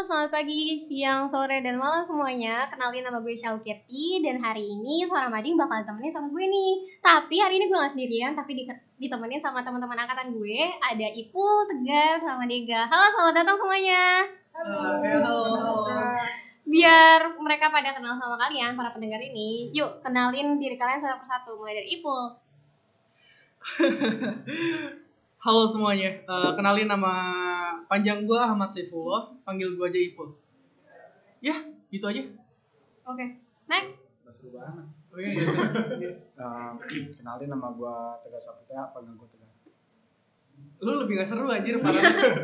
selamat pagi, siang, sore, dan malam semuanya. Kenalin nama gue Syalkirti, dan hari ini Suara Mading bakal ditemenin sama gue nih. Tapi hari ini gue gak sendirian, tapi ditemenin sama teman-teman angkatan gue. Ada Ipul, Tegar, sama Dega. Halo, selamat datang semuanya. Halo. Biar mereka pada kenal sama kalian, para pendengar ini. Yuk, kenalin diri kalian satu persatu. Mulai dari Ipul. Halo semuanya, kenalin nama panjang gue Ahmad Saifullah, panggil gue aja Ipul. Ya, gitu aja. Oke, next. Seru banget. Oh iya, seru. Kenalin nama gue Tegar Saputra, panggil gue Tegar. Lu lebih gak seru anjir, parah.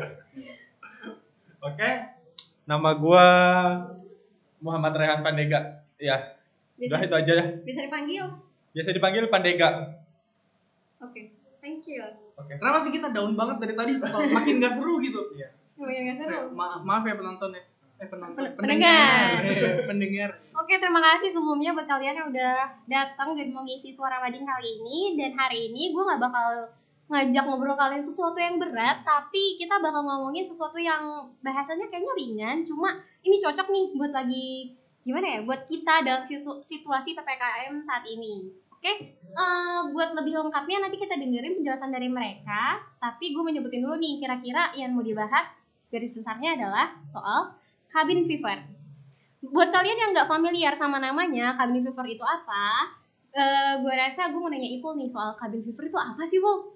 Oke, nama gue Muhammad Rehan Pandega. Ya, udah itu aja ya. Bisa dipanggil? Biasa dipanggil Pandega. Oke, thank you. Oke, kenapa sih kita down banget dari tadi? Makin gak seru gitu. Iya. Lumayan gak seru. Maaf ya penonton ya. Pendengar. Pendengar. Oke, terima kasih sebelumnya buat kalian yang udah datang dan mengisi Suara Mading kali ini. Dan hari ini gue gak bakal ngajak ngobrol kalian sesuatu yang berat, tapi kita bakal ngomongin sesuatu yang bahasanya kayaknya ringan, cuma ini cocok nih buat lagi, gimana ya, buat kita dalam situasi PPKM saat ini. Oke, buat lebih lengkapnya nanti kita dengerin penjelasan dari mereka, tapi gue menyebutin dulu nih, kira-kira yang mau dibahas garis besarnya adalah soal cabin fever. Buat kalian yang nggak familiar sama namanya, cabin fever itu apa? Gue rasa gue mau nanya Ipul nih soal cabin fever itu apa sih, Pul?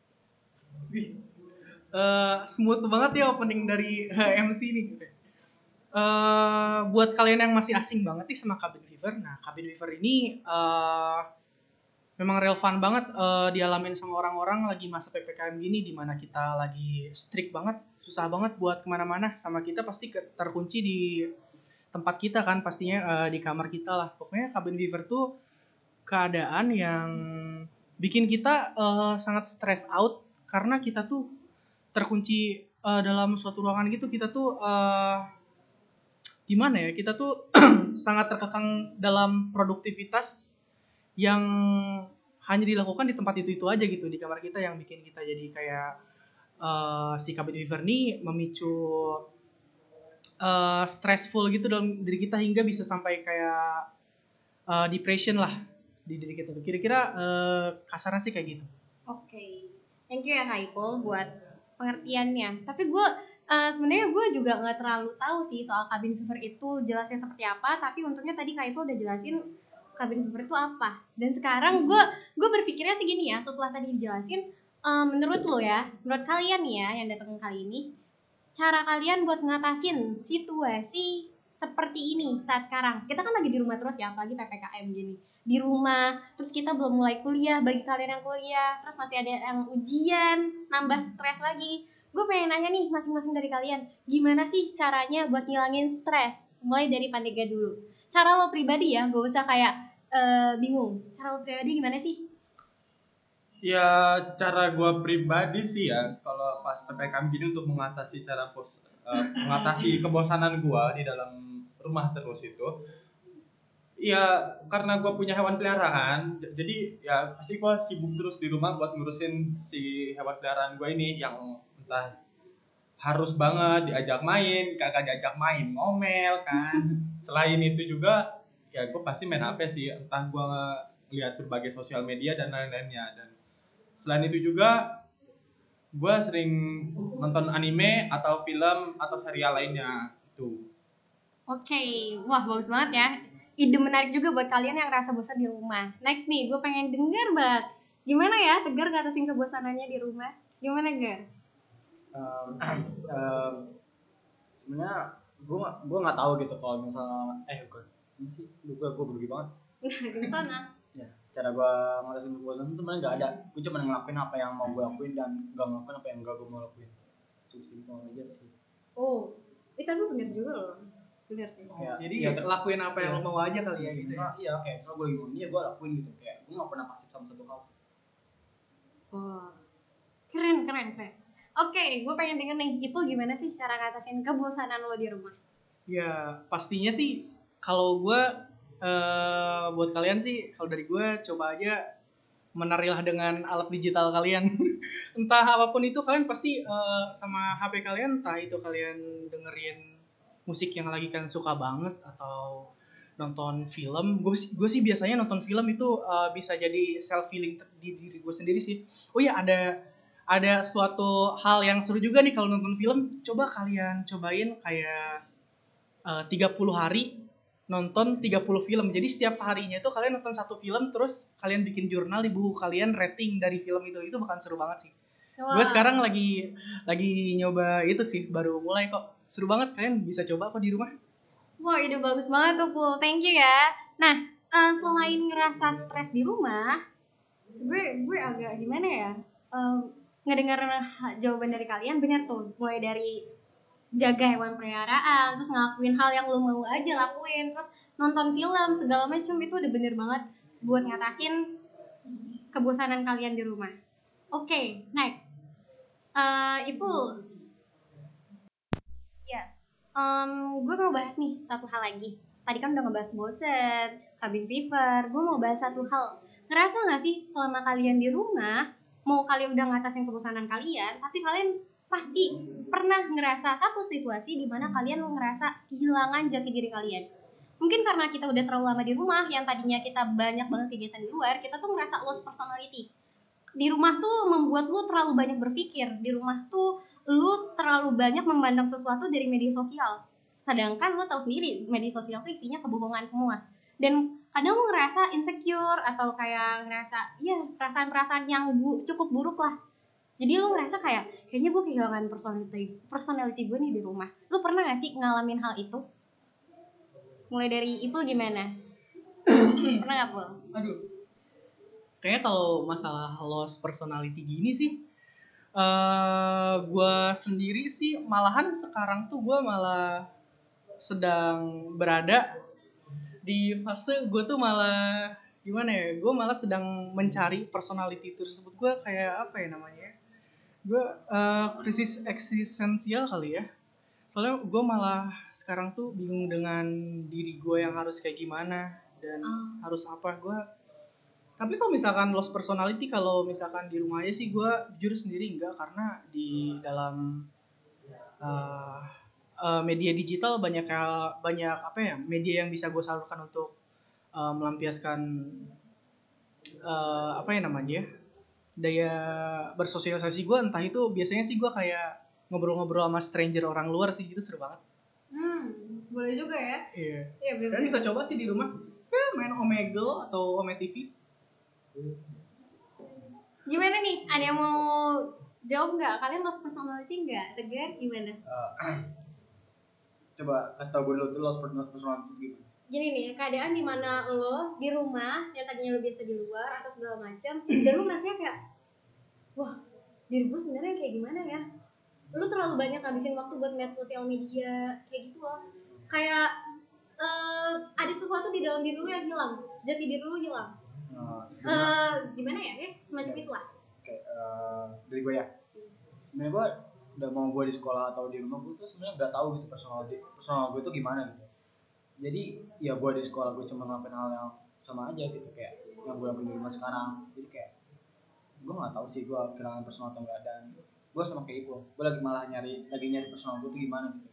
Smooth banget ya opening dari MC nih. Buat kalian yang masih asing banget nih sama cabin fever, nah cabin fever ini memang relevan banget dialamin sama orang-orang lagi masa PPKM gini, dimana kita lagi strict banget, susah banget buat kemana-mana, sama kita pasti terkunci di tempat kita kan, pastinya di kamar kita lah. Pokoknya cabin fever tuh keadaan yang bikin kita sangat stress out karena kita tuh terkunci dalam suatu ruangan gitu. Kita tuh gimana ya, kita tuh sangat terkekang dalam produktivitas yang hanya dilakukan di tempat itu aja gitu, di kamar kita, yang bikin kita jadi kayak si cabin fever nih memicu stressful gitu dalam diri kita hingga bisa sampai kayak depression lah di diri kita tuh. Kira-kira kasarnya sih kayak gitu. Oke, thank you ya Kak Ipul buat pengertiannya. Tapi gue sebenarnya gue juga nggak terlalu tahu sih soal cabin fever itu jelasnya seperti apa. Tapi untungnya tadi Kak Ipul udah jelasin cabin fever itu apa. Dan sekarang gue berpikirnya sih gini ya, setelah tadi dijelasin, menurut lo ya, menurut kalian nih ya yang datang kali ini, cara kalian buat ngatasin situasi seperti ini saat sekarang. Kita kan lagi di rumah terus ya, apalagi PPKM gini. Di rumah, terus kita belum mulai kuliah, bagi kalian yang kuliah, terus masih ada yang ujian, nambah stres lagi. Gue pengen nanya nih masing-masing dari kalian, gimana sih caranya buat ngilangin stres? Mulai dari Pandega dulu. Cara lo pribadi ya, gak usah kayak bingung. Cara lo pribadi gimana sih? Ya, cara gue pribadi sih ya, kalau pas PPKM gini untuk mengatasi mengatasi kebosanan gue di dalam rumah terus itu, ya karena gue punya hewan peliharaan, jadi ya pasti gue sibuk terus di rumah buat ngurusin si hewan peliharaan gue ini, yang entah harus banget diajak main, kagak diajak main ngomel kan. Selain itu juga ya gue pasti main HP sih, entah gue lihat berbagai sosial media dan lain-lainnya. Dan selain itu juga gue sering nonton anime atau film atau serial lainnya itu. Oke, wah bagus banget ya. Ide menarik juga buat kalian yang rasa bosan di rumah. Next nih, gue pengen denger banget. Gimana ya Tegar ngatasin kebosanannya di rumah? Gimana Gar? Sebenarnya gue nggak tahu gitu kalau misalnya gue grogi banget. Gimana? Ya, cara gue ngatasin kebosanan sebenarnya nggak ada. Gue cuma ngelakuin apa yang mau gue lakuin dan nggak ngelakuin apa yang nggak gue mau lakuin. Cukup simpel aja sih. Oh, tapi bener juga loh. Bener sih. Jadi ya lakuin apa yang lo mau aja kali ya gitu ya. Iya, kayak kalau gue lagi mau ini ya gue lakuin gitu. Kayak gue nggak pernah pasif sama satu hal. Wah, keren. Oke, gue pengen denger nih, Ipul gimana sih cara ngatasin kebosanan lo di rumah? Ya pastinya sih kalau gue buat kalian sih, kalau dari gue coba aja menarilah dengan alat digital kalian. Entah apapun itu, kalian pasti sama HP kalian, entah itu kalian dengerin musik yang lagi kalian suka banget atau nonton film. Gue sih biasanya nonton film itu bisa jadi self healing di diri gue sendiri sih. Oh ya, ada suatu hal yang seru juga nih kalau nonton film. Coba kalian cobain kayak 30 hari nonton 30 film. Jadi setiap harinya itu kalian nonton satu film, terus kalian bikin jurnal di buku kalian rating dari film itu. Itu bakal seru banget sih. Gue sekarang lagi nyoba itu sih, baru mulai kok. Seru banget, kalian bisa coba kok di rumah. Wah, ide bagus banget tuh, Pul. Thank you ya. Nah, selain ngerasa stres di rumah, gue agak gimana ya? Ngedengar jawaban dari kalian bener tuh. Mulai dari jaga hewan peliharaan, terus ngelakuin hal yang lo mau aja lakuin, terus nonton film segala macam, itu udah bener banget buat ngatasin kebosanan kalian di rumah. Oke, next. Itu ya, gue mau bahas nih satu hal lagi. Tadi kan udah ngebahas bosen, cabin fever. Gue mau bahas satu hal. Ngerasa gak sih selama kalian di rumah, mau kalian udah ngatasin kebosanan kalian, tapi kalian pasti pernah ngerasa satu situasi di mana kalian ngerasa kehilangan jati diri kalian. Mungkin karena kita udah terlalu lama di rumah, yang tadinya kita banyak banget kegiatan di luar, kita tuh ngerasa lost personality. Di rumah tuh membuat lu terlalu banyak berpikir. Di rumah tuh lu terlalu banyak memandang sesuatu dari media sosial. Sedangkan lu tahu sendiri media sosial tuh isinya kebohongan semua. Dan kadang lu ngerasa insecure atau kayak ngerasa ya perasaan-perasaan yang cukup buruk lah. Jadi lu ngerasa kayaknya gue kehilangan personality gue nih di rumah. Lu pernah gak sih ngalamin hal itu? Mulai dari Ipul gimana? Pernah gak, Pul? Aduh, kayaknya kalau masalah lost personality gini sih, gue sendiri sih malahan sekarang tuh gue malah sedang berada di fase gue tuh malah gimana ya, gue malah sedang mencari personality tersebut. Gue kayak apa ya namanya, gue krisis eksistensial kali ya. Soalnya gue malah sekarang tuh bingung dengan diri gue yang harus kayak gimana dan harus apa. Tapi kalau misalkan lost personality, kalau misalkan di rumah aja sih gue jujur sendiri enggak, karena di dalam media digital banyak apa ya, media yang bisa gue salurkan untuk melampiaskan apa ya namanya ya, daya bersosialisasi gue. Entah itu biasanya sih gue kayak ngobrol-ngobrol sama stranger orang luar sih, itu seru banget. Boleh juga ya. Iya. Iya, Dan bisa coba sih di rumah main Omegle atau Ome TV. Gimana nih? Ada yang mau jawab nggak? Kalian lost personality nggak? Tegar gimana? Coba kasih tau gue dulu tuh lost personality gimana. Gini nih, keadaan dimana lo di rumah yang tadinya lo biasa di luar atau segala macam, dan lo rasanya kayak, wah, diri gue sebenarnya kayak gimana ya? Lo terlalu banyak ngabisin waktu buat ngeliat sosial media, kayak gitu loh. Kayak ada sesuatu di dalam diri lo yang hilang, jati diri lo hilang. Gimana ya? Semacam itulah. Kayak dari gue ya. Sebenarnya gue udah mau gue di sekolah atau di rumah, gue tuh sebenarnya nggak tahu gitu personal gue tuh gimana gitu. Jadi ya gue di sekolah gue cuma ngelakuin hal yang sama aja gitu, kayak yang gue lakuin di rumah sekarang. Jadi kayak gue nggak tahu sih gue kehilangan personal atau enggak, dan gue sama kayak itu, gue lagi nyari personal gue tuh gimana gitu.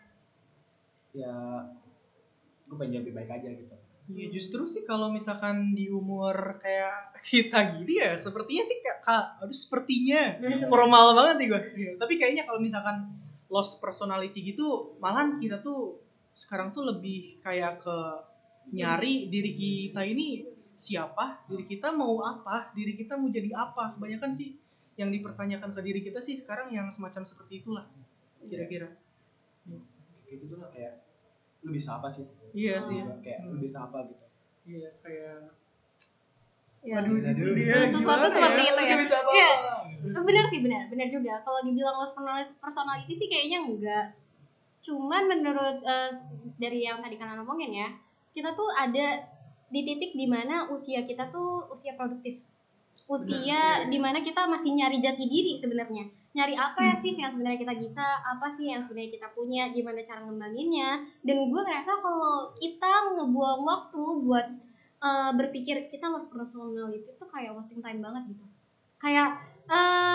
Ya gue pengen lebih baik aja gitu. Ya justru sih kalau misalkan di umur kayak kita gini ya, sepertinya sih sepertinya formal banget nih gue. Ya, tapi kayaknya kalau misalkan lost personality gitu, malahan kita tuh sekarang tuh lebih kayak ke nyari diri kita ini siapa, diri kita mau apa, diri kita mau jadi apa. Kebanyakan sih yang dipertanyakan ke diri kita sih sekarang yang semacam seperti itulah kira-kira. Kayak gitu lah, kayak lu bisa apa sih? Iya sih. Kayak lu bisa apa gitu. Iya, kayak Ya. sesuatu seperti itu ya. Iya. Benar sih, benar juga. Kalau dibilang lost personality sih kayaknya enggak. Cuman menurut dari yang tadi kalian ngomongin ya, kita tuh ada di titik dimana usia kita tuh usia produktif. Usia dimana kita masih nyari jati diri sebenarnya. Nyari apa ya sih yang sebenarnya kita bisa, apa sih yang sebenarnya kita punya, gimana cara ngembanginnya. Dan gue ngerasa kalau kita ngebuang waktu buat berpikir kita lost personality itu kayak wasting time banget gitu. Kayak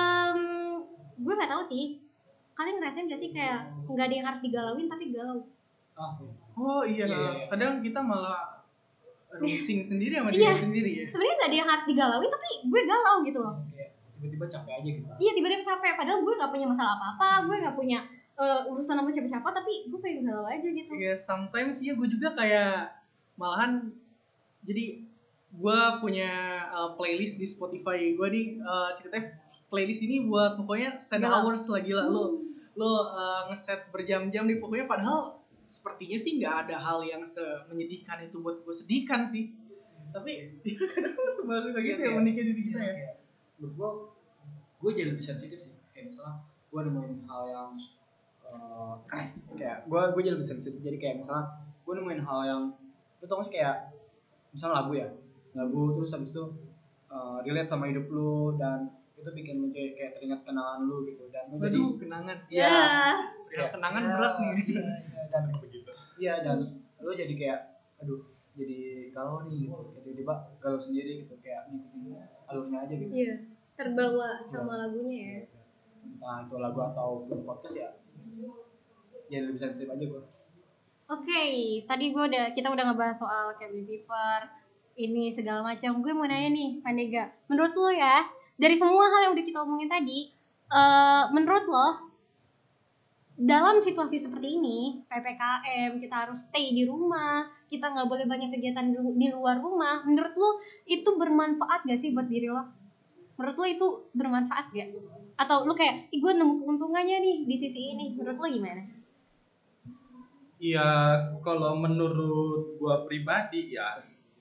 gue nggak tahu sih, kalian ngerasain gak sih kayak nggak ada yang harus digalauin tapi galau. Ah, iya. Oh iya, Iya. kadang kita malah rusing sendiri sama Iya. diri sendiri ya. Sebenarnya nggak ada yang harus digalauin, tapi gue galau gitu loh. Kayak tiba-tiba capek aja gitu. Iya, tiba-tiba capek. Padahal gue nggak punya masalah apa-apa, gue nggak punya urusan sama siapa-siapa, tapi gue pengen galau aja gitu. Iya, sometimes ya gue juga kayak malahan jadi gue punya playlist di Spotify gue nih, ceritanya playlist ini buat pokoknya sad Galau. hours lah, gila lo ngeset berjam-jam nih pokoknya, padahal sepertinya sih nggak ada hal yang menyedihkan itu buat gue sedihkan sih, tapi kadang suka gitu ya menikah diri kita ya. Kayak, menurut gue jadi lebih sensitif sih. Kayak misalnya gue nemuin hal yang kayak gue jadi lebih sensitif. Jadi kayak misalnya gue nemuin hal yang lu tau gak sih, kayak misalnya lagu terus habis itu relate sama hidup lu dan itu bikin lu kayak teringat kenangan lu gitu, dan lu jadi Waduh, kenangan. Ya. Ya, kenangan berat nih. dan begitu. iya, dan lu jadi kayak aduh, jadi galau nih gitu, kayak tiba-tiba galau sendiri gitu, kayak ngikutin alurnya aja gitu. Iya, terbawa sama lagunya ya. Entah itu lagu atau podcast ya, jadi lebih sensitif aja gue. Oke, tadi kita udah ngebahas soal cabin fever, ini segala macam. Gue mau nanya nih, Pandega, menurut lo ya, dari semua hal yang udah kita omongin tadi, menurut lo dalam situasi seperti ini, PPKM, kita harus stay di rumah, kita nggak boleh banyak kegiatan di luar rumah, menurut lo itu bermanfaat gak sih buat diri lo? Menurut lo itu bermanfaat gak? Atau lo kayak, gue nemu keuntungannya nih di sisi ini, menurut lo gimana? Iya, kalau menurut gua pribadi ya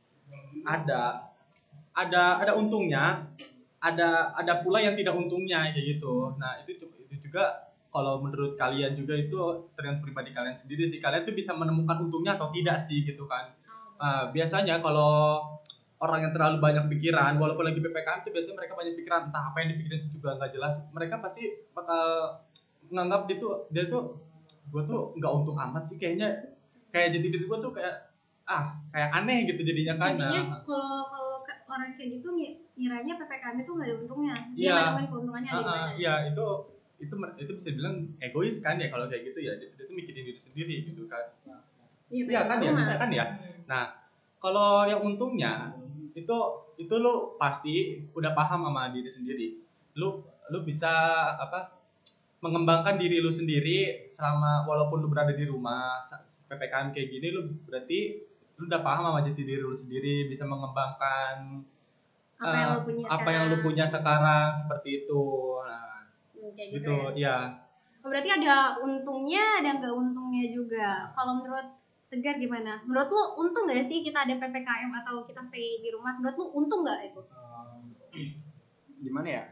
ada untungnya, ada pula yang tidak untungnya kayak gitu. Nah, itu juga kalau menurut kalian juga itu tergantung pribadi kalian sendiri sih. Kalian tuh bisa menemukan untungnya atau tidak sih gitu kan. Biasanya kalau orang yang terlalu banyak pikiran, walaupun lagi PPKM tuh biasanya mereka banyak pikiran, entah apa yang dipikirin itu juga nggak jelas. Mereka pasti bakal menganggap dia tuh gue tuh nggak untung amat sih kayaknya, kayak jadi diri gue tuh kayak aneh gitu jadinya kan. Jadinya kalau orang kayak gitu ngiranya PPKM itu nggak ada untungnya, dia Iya. nggak nemuin keuntungannya ada di mana. Iya, itu bisa bilang egois kan ya kalau kayak gitu ya, dia tuh mikirin diri sendiri gitu kan. Iya kan ya, bisa kan ya. Nah, kalau yang untungnya itu lu pasti udah paham sama diri sendiri. Lu bisa mengembangkan diri lu sendiri selama walaupun lu berada di rumah PPKM kayak gini, berarti lu udah paham sama jati diri lu sendiri, bisa mengembangkan apa yang lu punya sekarang seperti itu. Nah, kayak gitu ya. Berarti ada untungnya, ada nggak untungnya juga. Kalau menurut Tegar gimana? Menurut lu untung nggak sih kita ada PPKM atau kita stay di rumah? Menurut lu untung nggak itu? Gimana ya?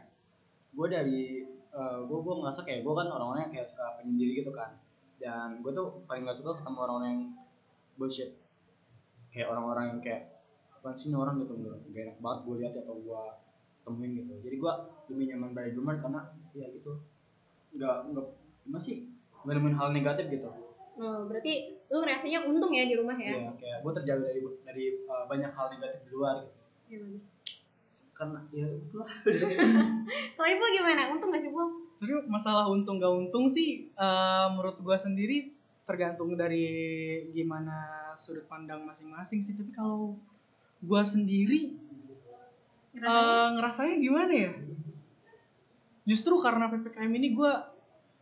Gue ngerasa kayak gue kan orang-orang yang kayak suka penyendiri gitu kan, dan gue tuh paling gak suka ketemu orang-orang yang bullshit, kayak orang-orang yang kayak apaan sih orang gitu, gak enak banget gue lihat atau gue temuin gitu. Jadi gue lebih nyaman berada di rumah karena ya gitu, nggak masih nggak nemuin hal negatif gitu. Berarti lu rasanya untung ya di rumah ya? Iya, kayak gue terjaga dari banyak hal negatif di luar gitu. Iya, bagus. Karena ya itulah. Kalau Ibu gimana? Untung gak sih, Bu? Serius, masalah untung gak untung sih menurut gua sendiri tergantung dari gimana sudut pandang masing-masing sih. Tapi kalau gua sendiri ngerasanya gimana ya? Justru karena PPKM ini gua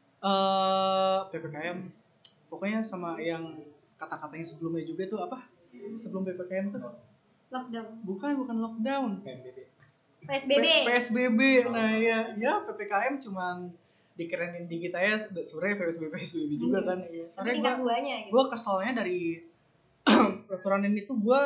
PPKM pokoknya sama yang kata-katanya sebelumnya juga tuh apa? Sebelum PPKM tuh Lockdown. bukan lockdown. PSBB. Nah ya PPKM cuman dikerenin dikit aja, sebenarnya PSBB juga kan ya. Soalnya gue keselnya dari peraturan ini tuh gue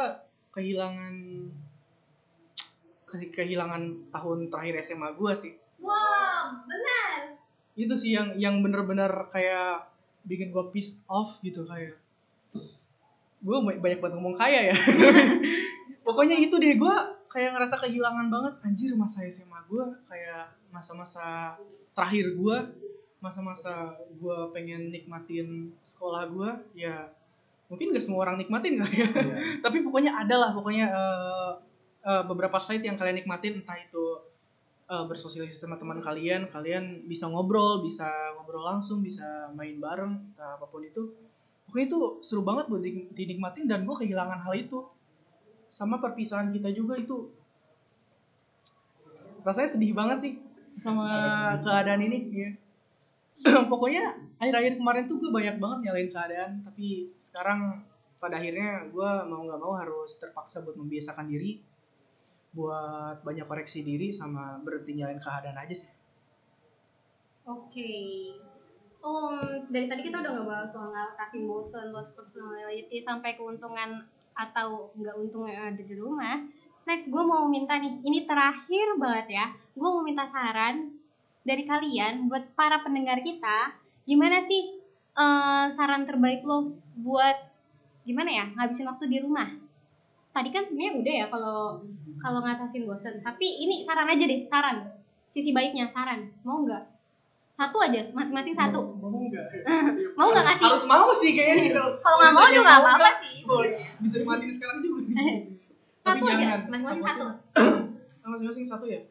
kehilangan tahun terakhir SMA gue sih. Wow, benar. Itu sih yang bener-bener kayak bikin gue pissed off gitu, kayak gue banyak banget ngomong kaya ya. Pokoknya itu deh, gue kayak ngerasa kehilangan banget, anjir masa SMA gue, kayak masa-masa terakhir gue, masa-masa gue pengen nikmatin sekolah gue, ya mungkin gak semua orang nikmatin kali ya, tapi pokoknya ada lah, beberapa site yang kalian nikmatin, entah itu bersosialisasi sama teman kalian bisa ngobrol langsung, bisa main bareng, entah apapun itu. pokoknya itu seru banget buat dinikmatin, dan gue kehilangan hal itu. Sama perpisahan kita juga itu rasanya sedih banget sih sama keadaan ini ya. Pokoknya akhir-akhir kemarin tuh gue banyak banget nyalain keadaan, tapi sekarang pada akhirnya gue mau nggak mau harus terpaksa buat membiasakan diri, buat banyak koreksi diri sama berhenti nyalain keadaan aja sih. Oke. Dari tadi kita udah ngebahas soal ngatasin bosen, lost personality, sampai keuntungan atau nggak untung yang ada di rumah. Next, gue mau minta nih, ini terakhir banget ya, gue mau minta saran dari kalian buat para pendengar kita. Gimana sih saran terbaik lo buat gimana ya ngabisin waktu di rumah? Tadi kan sebenarnya udah ya kalau ngatasin bosen, tapi ini saran aja deh, saran sisi baiknya, saran mau nggak? Satu aja, masing-masing satu. Mau nggak ngasih? Harus mau sih kayaknya. Kalau nggak mau juga nggak apa-apa sih. Bisa dimatiin sekarang juga. Satu aja, masing-masing satu. Masing-masing satu ya.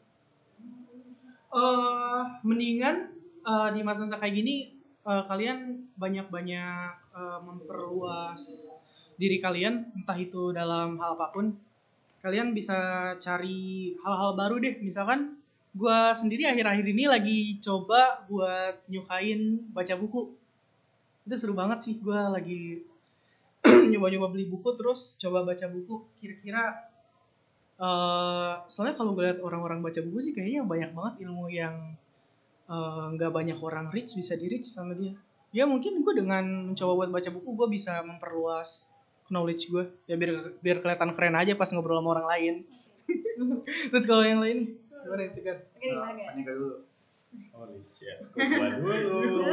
Mendingan di masa-masa kayak gini kalian banyak-banyak memperluas diri kalian, entah itu dalam hal apapun. Kalian bisa cari hal-hal baru deh. Misalkan gue sendiri akhir-akhir ini lagi coba buat nyukain baca buku. Itu seru banget sih, gue lagi nyoba-nyoba beli buku terus coba baca buku. Kira-kira soalnya kalau gue lihat orang-orang baca buku sih kayaknya banyak banget ilmu yang nggak banyak orang reach bisa di reach sama dia. Ya mungkin gue dengan mencoba buat baca buku gue bisa memperluas knowledge gue ya, biar kelihatan keren aja pas ngobrol sama orang lain. Terus kalau yang lain gimana itu kan? Panika dulu. Holy shit, gua dulu.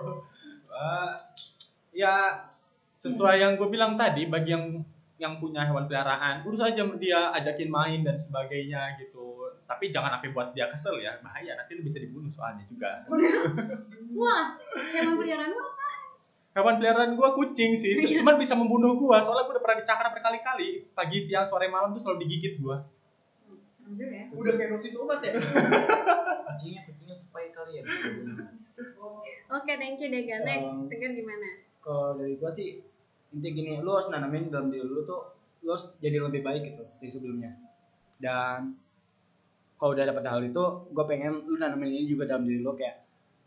Ya sesuai yang gue bilang tadi, bagi yang punya hewan peliharaan, urus aja dia, ajakin main dan sebagainya gitu. Tapi jangan sampai buat dia kesel ya, bahaya, nanti lu bisa dibunuh soalnya juga. Wah, hewan peliharaan lu apa? Hewan peliharaan gue kucing sih, cuman bisa membunuh gue, soalnya gue udah pernah dicakar berkali-kali, pagi, siang, sore, malam tuh selalu digigit gue. Juga ya. Udah kayak dosis obat ya? Kucingnya supaya kali ya. Oke, thank you Dega. Next, Tegar gimana? Kalau dari gua sih intinya gini, lu harus nanamin dalam diri lu tuh lu harus jadi lebih baik gitu dari sebelumnya. Dan kalau udah dapat hal itu, gua pengen lu nanamin ini juga dalam diri lu kayak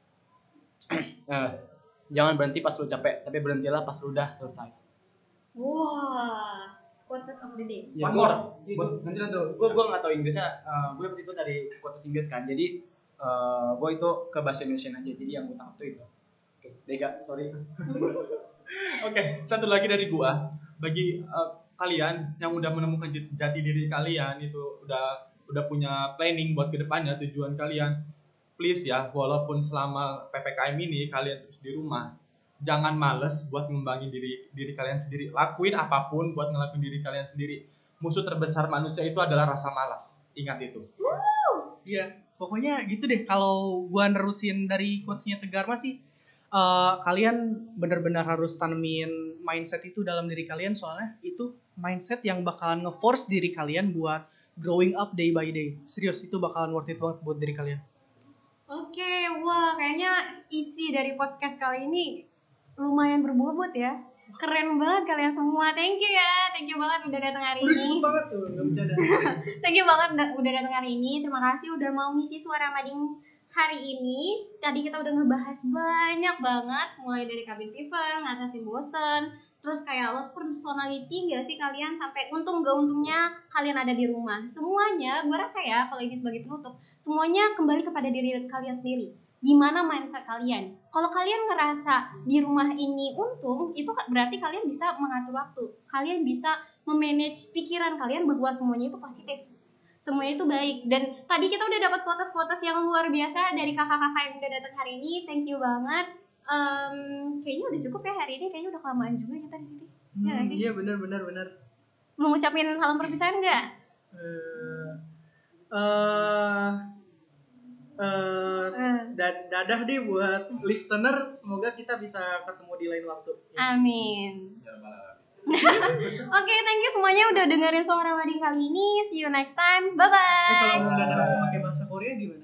jangan berhenti pas lu capek, tapi berhentilah pas lu udah selesai. Wah, quotes of the day. Ya, One more. Nanti gua nggak tahu Inggrisnya, gue dapet itu dari quotes Inggris kan. Jadi gue itu ke bahasa Indonesia aja. Jadi yang gue tangkap tuh itu. Oke, Dega, sorry. Oke, satu lagi dari gua, bagi kalian yang udah menemukan jati diri kalian, itu udah punya planning buat kedepannya, tujuan kalian, please ya, walaupun selama PPKM ini kalian terus di rumah, jangan males buat ngembangin diri kalian sendiri. Lakuin apapun buat ngelakuin diri kalian sendiri. Musuh terbesar manusia itu adalah rasa malas. Ingat itu. Iya, pokoknya gitu deh. Kalau gua nerusin dari quotes-nya Tegar mah sih, kalian benar-benar harus tanemin mindset itu dalam diri kalian, soalnya itu mindset yang bakalan nge-force diri kalian buat growing up day by day. Serius, itu bakalan worth it banget buat diri kalian. Oke, wah kayaknya isi dari podcast kali ini lumayan berbobot ya. Keren banget kalian semua. Thank you ya. Thank you banget udah datang hari ini. banget tuh, gak bercanda. Thank you banget udah datang hari ini. Terima kasih udah mau ngisi Suara Mading hari ini. Tadi kita udah ngebahas banyak banget, mulai dari cabin fever, ngatasin bosen, terus kayak lost personality gak sih kalian, sampai untung gak untungnya kalian ada di rumah. Semuanya, gue rasa ya kalau ini sebagai penutup, semuanya kembali kepada diri kalian sendiri. Gimana mindset kalian? Kalau kalian ngerasa di rumah ini untung, itu berarti kalian bisa mengatur waktu. Kalian bisa memanage pikiran kalian bahwa semuanya itu positif. Semuanya itu baik. Dan tadi kita udah dapat quotes-quotes yang luar biasa dari kakak-kakak yang udah datang hari ini. Thank you banget. Kayaknya udah cukup ya hari ini. Kayaknya udah kelamaan juga kita di sini. Ya nggak sih? Iya benar. Mau ngucapin salam perpisahan nggak? Dadah deh buat listener, semoga kita bisa ketemu di lain waktu. Amin. Oke, thank you semuanya udah dengerin Suara Mading kali ini. See you next time. Bye bye. Kalau mau dadah pakai bahasa Korea gimana?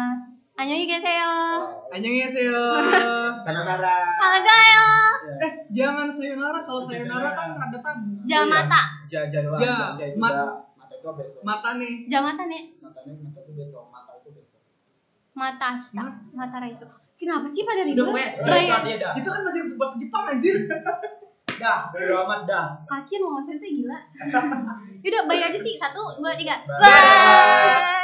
Annyeonghaseyo. Annyeonghaseyo. Sayonara. Halo guys. Jadi Jangan sayonara, kalau sayonara kan rada tabu. Jamata. Ja doang. Ja, itu mat- udah. Mata itu besok. Mata nih. Jamata nih. Mata itu besok. Mata itu besok. Matasta. Mata Raiso. Kenapa sih pada Sudah ribut? we. Bayar. Dia dah. Kita kan belajar bahasa Jepang anjir. Dah, dari amat dah. Kasian mau ngonten tuh gila. Yaudah, bye aja sih. 1, 2, 3. Bye. Bye.